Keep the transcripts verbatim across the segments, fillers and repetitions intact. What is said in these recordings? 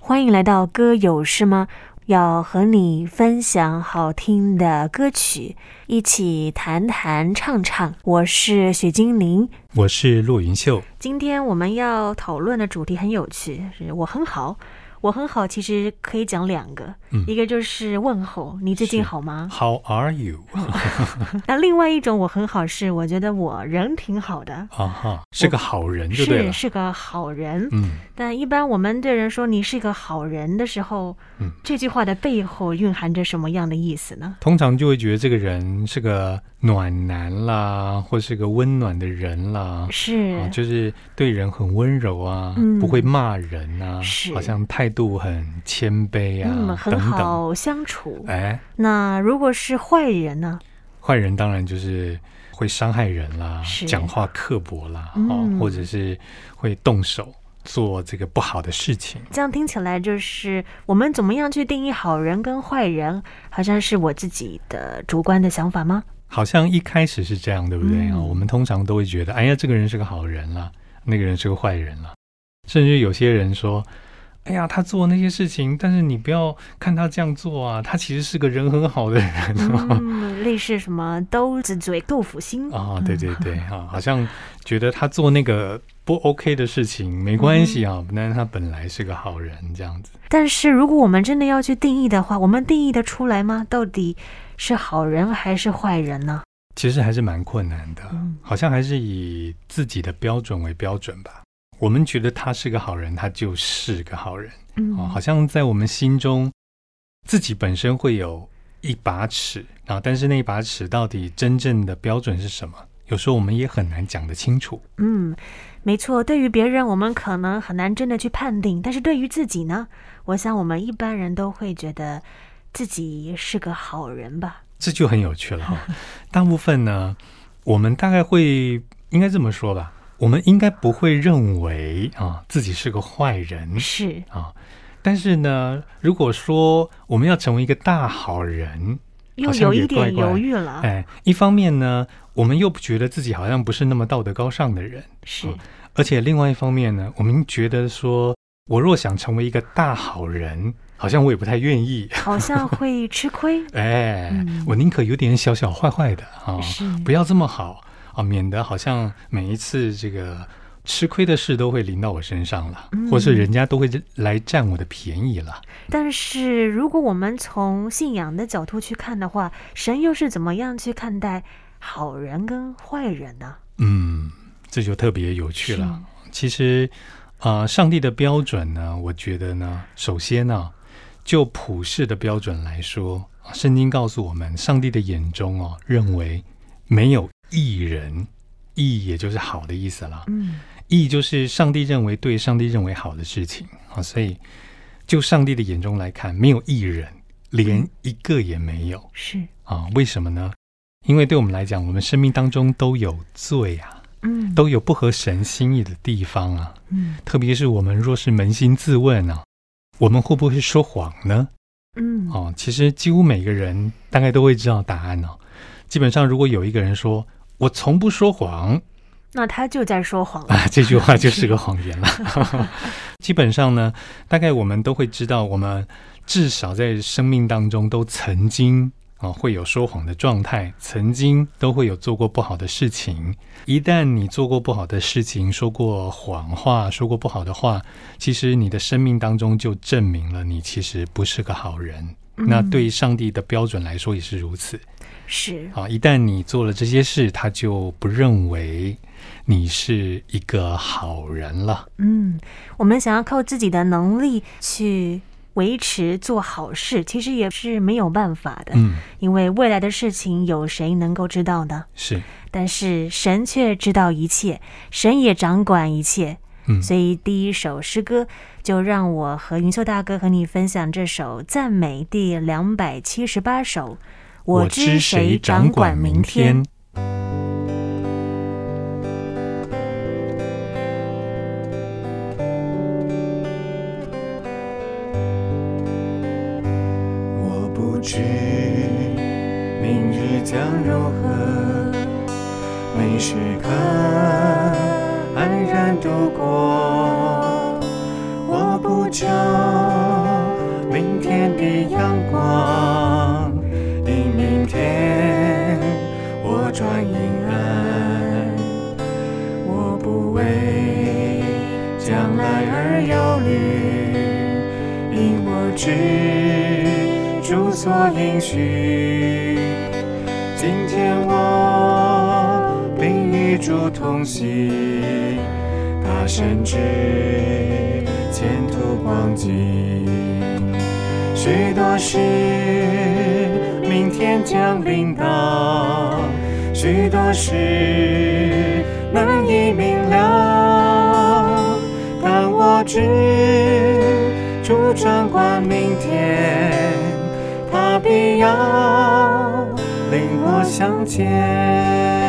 欢迎来到歌有事吗？要和你分享好听的歌曲，一起谈谈唱唱。我是雪精灵， 我是骆云秀。 今天我们要讨论的主题很有趣，是我很好。我很好，其实可以讲两个、嗯、一个就是问候，你最近好吗？ How are you？ 那另外一种我很好是我觉得我人挺好的、 啊哈，是个好人就对了， 是是个好人。 嗯， 但一般我们对人说你是个好人的时候、嗯、这句话的背后蕴含着什么样的意思呢？ 通常就会觉得这个人是个暖男啦，或是个温暖的人啦， 是、 啊、就是对人很温柔啊、嗯、不会骂人啊， 是好像态度很谦卑啊、 嗯、很好相处。 哎， 那如果是坏人呢？ 坏人当然就是会伤害人啦，讲话刻薄啦、嗯哦、或者是会动手做这个不好的事情。 这样听起来就是我们怎么样去定义好人跟坏人，好像是我自己的主观的想法吗？ 好像一开始是这样，对不对、嗯、我们通常都会觉得哎呀这个人是个好人啦，那个人是个坏人啦，甚至有些人说哎呀他做那些事情，但是你不要看他这样做啊，他其实是个人很好的人、啊嗯、类似什么刀子嘴豆腐心啊，对对对、啊、好像觉得他做那个不 OK 的事情没关系啊、嗯、但是他本来是个好人这样子。 但是如果我们真的要去定义的话，我们定义得出来吗？到底是好人还是坏人呢？ 其实还是蛮困难的、嗯、好像还是以自己的标准为标准吧。我们觉得他是个好人，他就是个好人、嗯哦、好像在我们心中自己本身会有一把尺、啊、但是那一把尺到底真正的标准是什么，有时候我们也很难讲得清楚。 嗯，没错，对于别人我们可能很难真的去判定，但是对于自己呢，我想我们一般人都会觉得自己是个好人吧。 这就很有趣了、哦、大部分呢我们大概会应该这么说吧，我们应该不会认为、啊、自己是个坏人， 是、 啊、但是呢如果说我们要成为一个大好人， 又有一点犹豫了。 哎，一方面呢我们又觉得自己好像不是那么道德高尚的人， 是、 啊、而且另外一方面呢，我们觉得说我若想成为一个大好人，好像我也不太愿意， 好像会吃亏哎、嗯，我宁可有点小小坏坏的、啊、不要这么好啊，免得好像每一次这个吃亏的事都会临到我身上了、嗯、或是人家都会来占我的便宜了。 但是如果我们从信仰的角度去看的话，神又是怎么样去看待好人跟坏人呢？ 嗯，这就特别有趣了。其实呃，上帝的标准呢，我觉得呢，首先呢，就普世的标准来说，圣经告诉我们，上帝的眼中哦，认为没有义人，义也就是好的意思啦。嗯，义就是上帝认为对，上帝认为好的事情啊，所以就上帝的眼中来看，没有义人，连一个也没有。 是啊，为什么呢？因为对我们来讲，我们生命当中都有罪啊。嗯，都有不合神心意的地方啊，嗯，特别是我们若是扪心自问啊，我们会不会说谎呢？嗯，哦，其实几乎每个人大概都会知道答案哦。基本上，如果有一个人说我从不说谎， 那他就在说谎啊，这句话就是个谎言了。基本上呢，大概我们都会知道，我们至少在生命当中都曾经啊，会有说谎的状态，曾经都会有做过不好的事情。一旦你做过不好的事情，说过谎话，说过不好的话，其实你的生命当中就证明了你其实不是个好人、嗯、那对上帝的标准来说也是如此。 是啊，一旦你做了这些事，他就不认为你是一个好人了。 嗯，我们想要靠自己的能力去维持做好事，其实也是没有办法的。嗯，因为未来的事情有谁能够知道呢？ 是， 但是神却知道一切，神也掌管一切。嗯，所以第一首诗歌就让我和云秀大哥和你分享这首赞美第两百七十八首，我知谁掌管明天。 不知明日将如何，每时刻安然度过。我不求天的阳光，因明天我转阴暗，我不为将来而忧虑，因我知主所应许。今天我必与主同行，他深知前途光景。许多事明天将临到，许多事难以明了，但我知主掌管明天，他必要领我向前。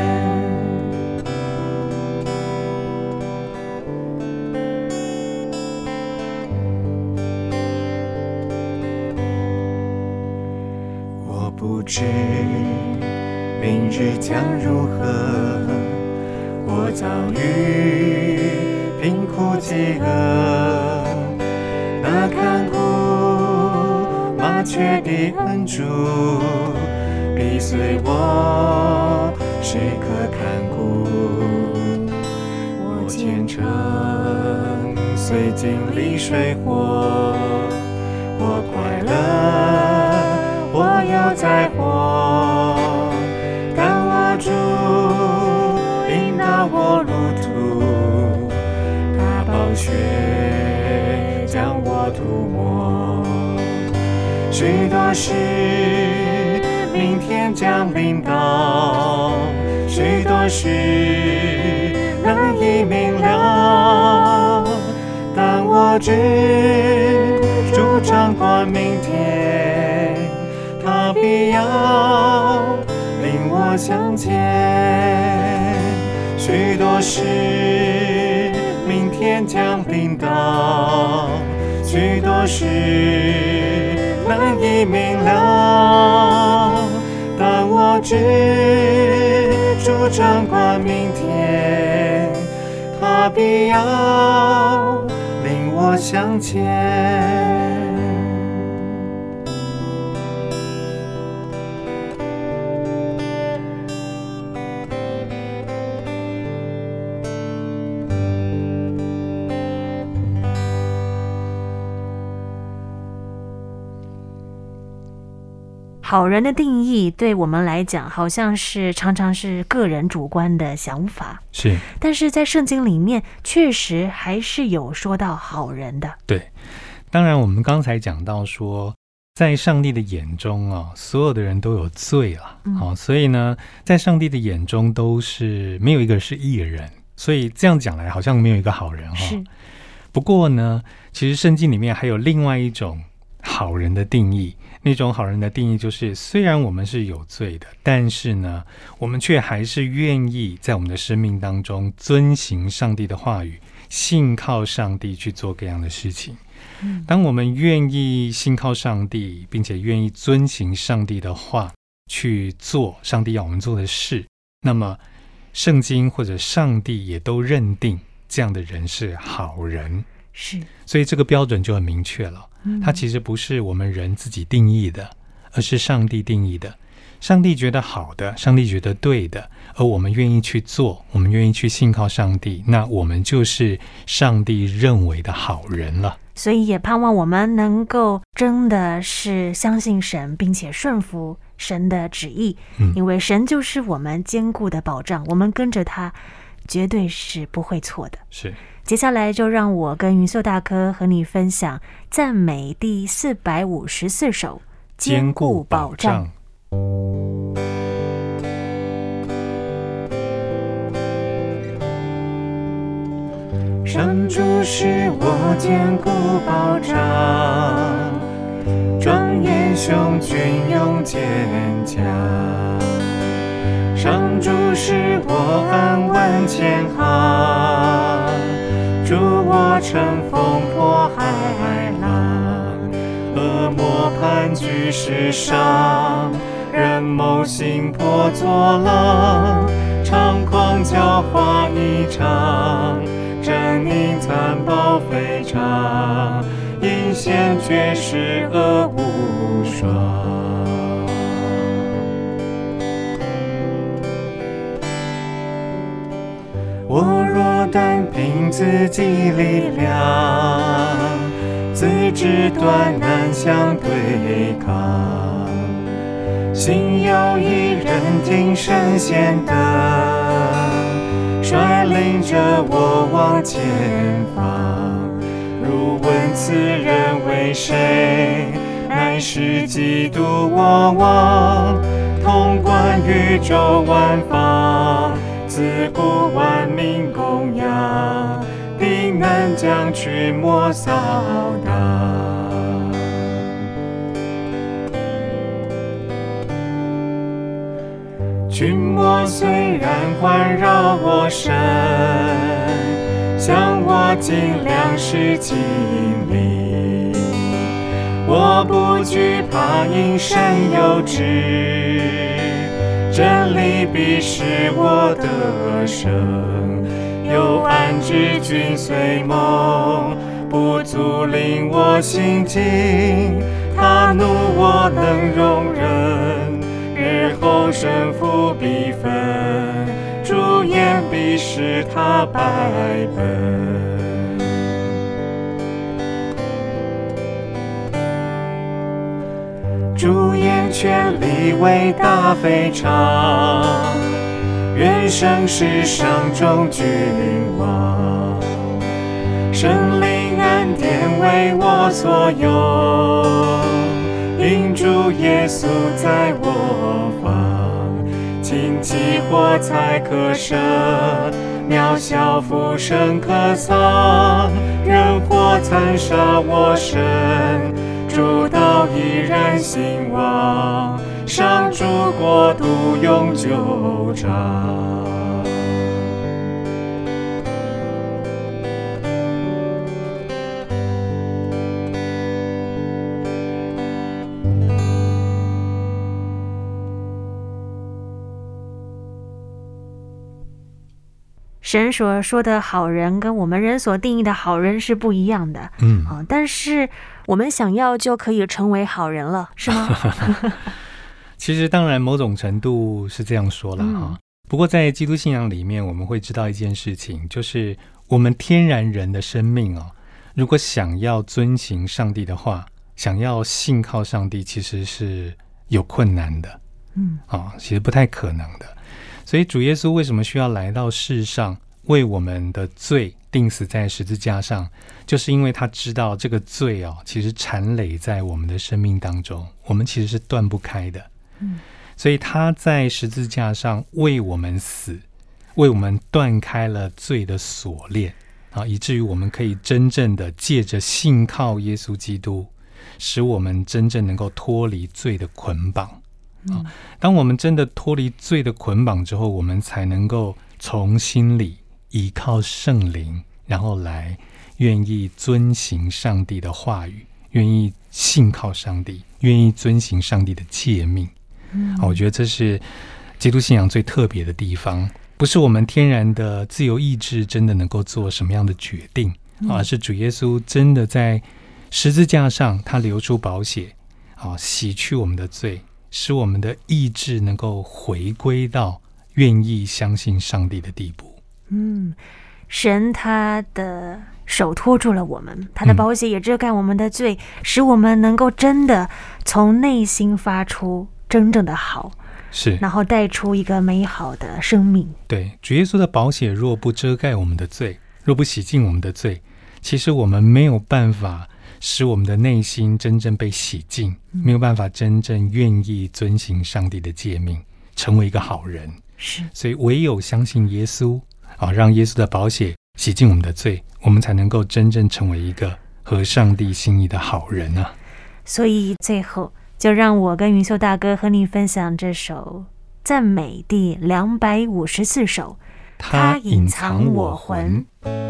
我不知明日将如何，我遭遇贫苦饥饿，那看顾麻雀的恩主必随我时刻看顾，我虔诚虽经历水火，我快乐我有灾祸，但我主引导我路途，他宝血将我涂抹。许多事明天将临到，许多事难以明了，但我知主掌管明天，他必要领我向前。许多事明天将临到，许多事难以明了，但我知主掌管明天，他必要领我向前。 好人的定义对我们来讲好像是常常是个人主观的想法， 是， 但是在圣经里面确实还是有说到好人的。 对，当然我们刚才讲到说在上帝的眼中啊，所有的人都有罪了、嗯哦、所以呢在上帝的眼中都是没有一个是义人，所以这样讲来好像没有一个好人、哦、是。不过呢其实圣经里面还有另外一种好人的定义，那种好人的定义就是虽然我们是有罪的，但是呢我们却还是愿意在我们的生命当中遵行上帝的话语，信靠上帝去做各样的事情、嗯、当我们愿意信靠上帝并且愿意遵行上帝的话去做上帝要我们做的事，那么圣经或者上帝也都认定这样的人是好人， 是， 所以这个标准就很明确了，它其实不是我们人自己定义的，而是上帝定义的。上帝觉得好的，上帝觉得对的，而我们愿意去做，我们愿意去信靠上帝，那我们就是上帝认为的好人了。 所以也盼望我们能够真的是相信神，并且顺服神的旨意、嗯、因为神就是我们坚固的保障，我们跟着他绝对是不会错的。 是， 接下来就让我跟云秀大哥和你分享赞美第四百五十四首，坚固保障。 上主是我坚固保障，庄严雄军勇坚强。上主是我安稳前航，助我乘风破海浪。恶魔盘踞世上，人谋行破作浪，猖狂狡猾一场，狰狞残暴非常，因险绝世恶无双。我若单凭自己力量，自知断难相对抗，幸有一人挺身显德，率领着我往前方。如问此人为谁，乃是基督我王，统管宇宙万方，自古万民供养，定能将群魔扫荡。群魔虽然环绕我身，向我尽量施尽力，我不惧怕，因神有旨，真理必使我得胜。有安之君虽猛，不足令我心惊，他怒我能容忍，日后胜负必分，主言必使他败本。主言权力伟大非常，愿生世上众君王。圣灵恩典为我所用，因主耶稣在我方。荆棘火柴可射，渺小浮生可丧，人火残杀我身，主道依然兴旺，上主国度永久长。 神所说的好人跟我们人所定义的好人是不一样的，嗯、哦，但是我们想要就可以成为好人了，是吗？ 其实当然某种程度是这样说了哈、嗯，不过在基督信仰里面，我们会知道一件事情，就是我们天然人的生命哦，如果想要遵行上帝的话，想要信靠上帝，其实是有困难的，嗯，啊、哦，其实不太可能的。所以主耶稣为什么需要来到世上，为我们的罪钉死在十字架上，就是因为他知道这个罪哦，其实缠累在我们的生命当中，我们其实是断不开的。嗯，所以他在十字架上为我们死，为我们断开了罪的锁链啊，以至于我们可以真正的借着信靠耶稣基督，使我们真正能够脱离罪的捆绑。啊、当我们真的脱离罪的捆绑之后，我们才能够从心里依靠圣灵，然后来愿意遵行上帝的话语，愿意信靠上帝，愿意遵行上帝的诫命、嗯啊、我觉得这是基督信仰最特别的地方，不是我们天然的自由意志真的能够做什么样的决定、嗯、而是主耶稣真的在十字架上他流出宝血、啊、洗去我们的罪，使我们的意志能够回归到愿意相信上帝的地步。 嗯，神他的手托住了我们，他的宝血也遮盖我们的罪、嗯、使我们能够真的从内心发出真正的好， 是， 然后带出一个美好的生命。 对，主耶稣的宝血若不遮盖我们的罪，若不洗净我们的罪，其实我们没有办法使我们的内心真正被洗净，没有办法真正愿意遵行上帝的诫命，成为一个好人。 是， 所以唯有相信耶稣、啊、让耶稣的宝血洗净我们的罪，我们才能够真正成为一个合上帝心意的好人啊。 所以最后就让我跟云秀大哥和你分享这首赞美第两百五十四首，他隐藏我魂。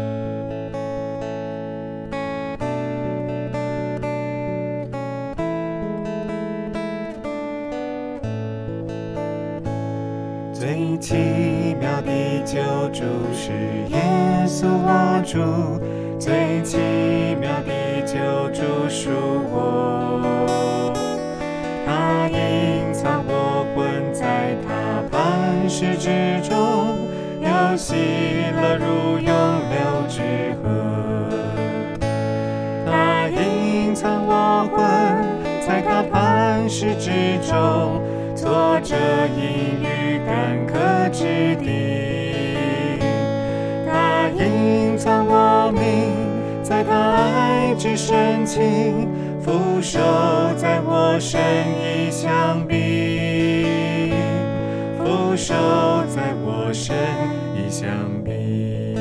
最奇妙的救助是耶稣我主，最奇妙的救救主赎我。他隐藏我魂在他磐石之中，又喜乐如涌流之河。他隐藏我魂在他磐石之中，作者隐于干涸之地。他隐藏我命在他爱之深情，俯首在我身以相逼，俯首在我身以相逼。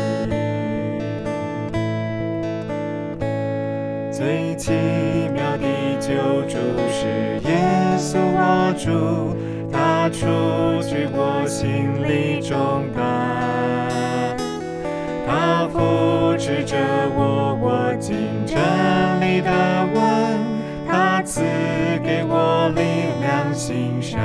最奇妙的救主是耶稣我主，他除去我心里重担，他扶持着我握紧真理的吻，他赐给我力量行善。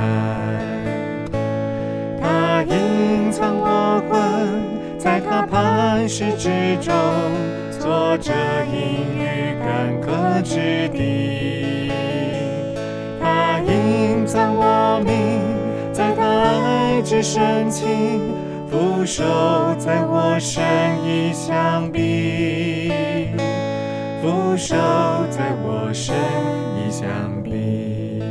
他隐藏我魂在他磐石之中，作者隐于干涸之地。他隐藏我命在他爱之深情，俯首在我身以相逼，俯首在我身以相逼。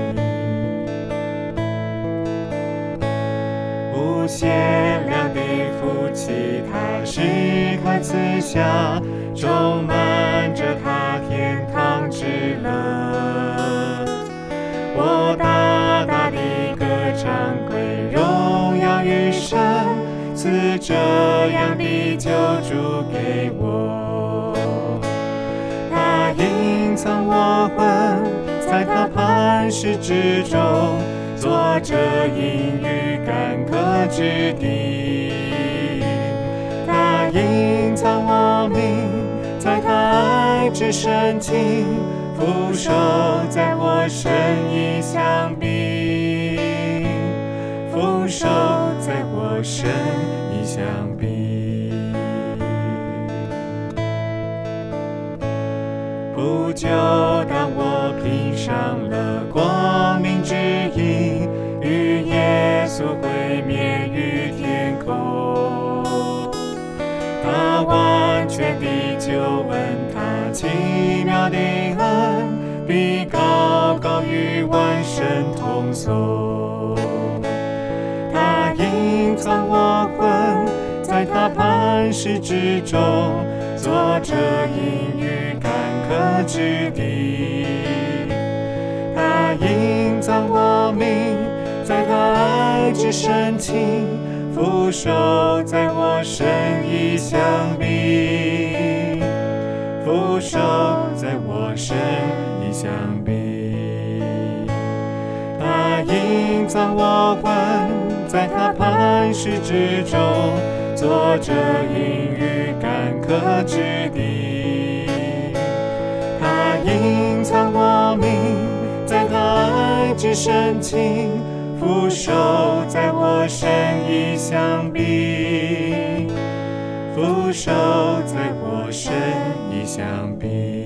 无限量的福气他时刻赐下，充满着他天堂之乐。我大大的歌唱归荣耀于神，赐这样的救主给我。他隐藏我魂在他磐石之中，作者隐于干涸之地。他隐藏我命在他爱之深情，俯首在我身以相逼，俯首在我身以相逼。不久当我披上了光明之衣，与耶稣会面于天空。他完全的救恩，他奇妙的恩，比高高与万神同颂。他隐藏我魂在他磐石之中，作者隐于干涸之地。他隐藏我命在他爱之深情，俯首在我身以相逼，俯首在我身以相逼。他隐藏我魂在他磐石之中，作者隐于干涸之地。他隐藏我命在他爱之深情，俯首在我身以相逼，俯首在我身以相逼。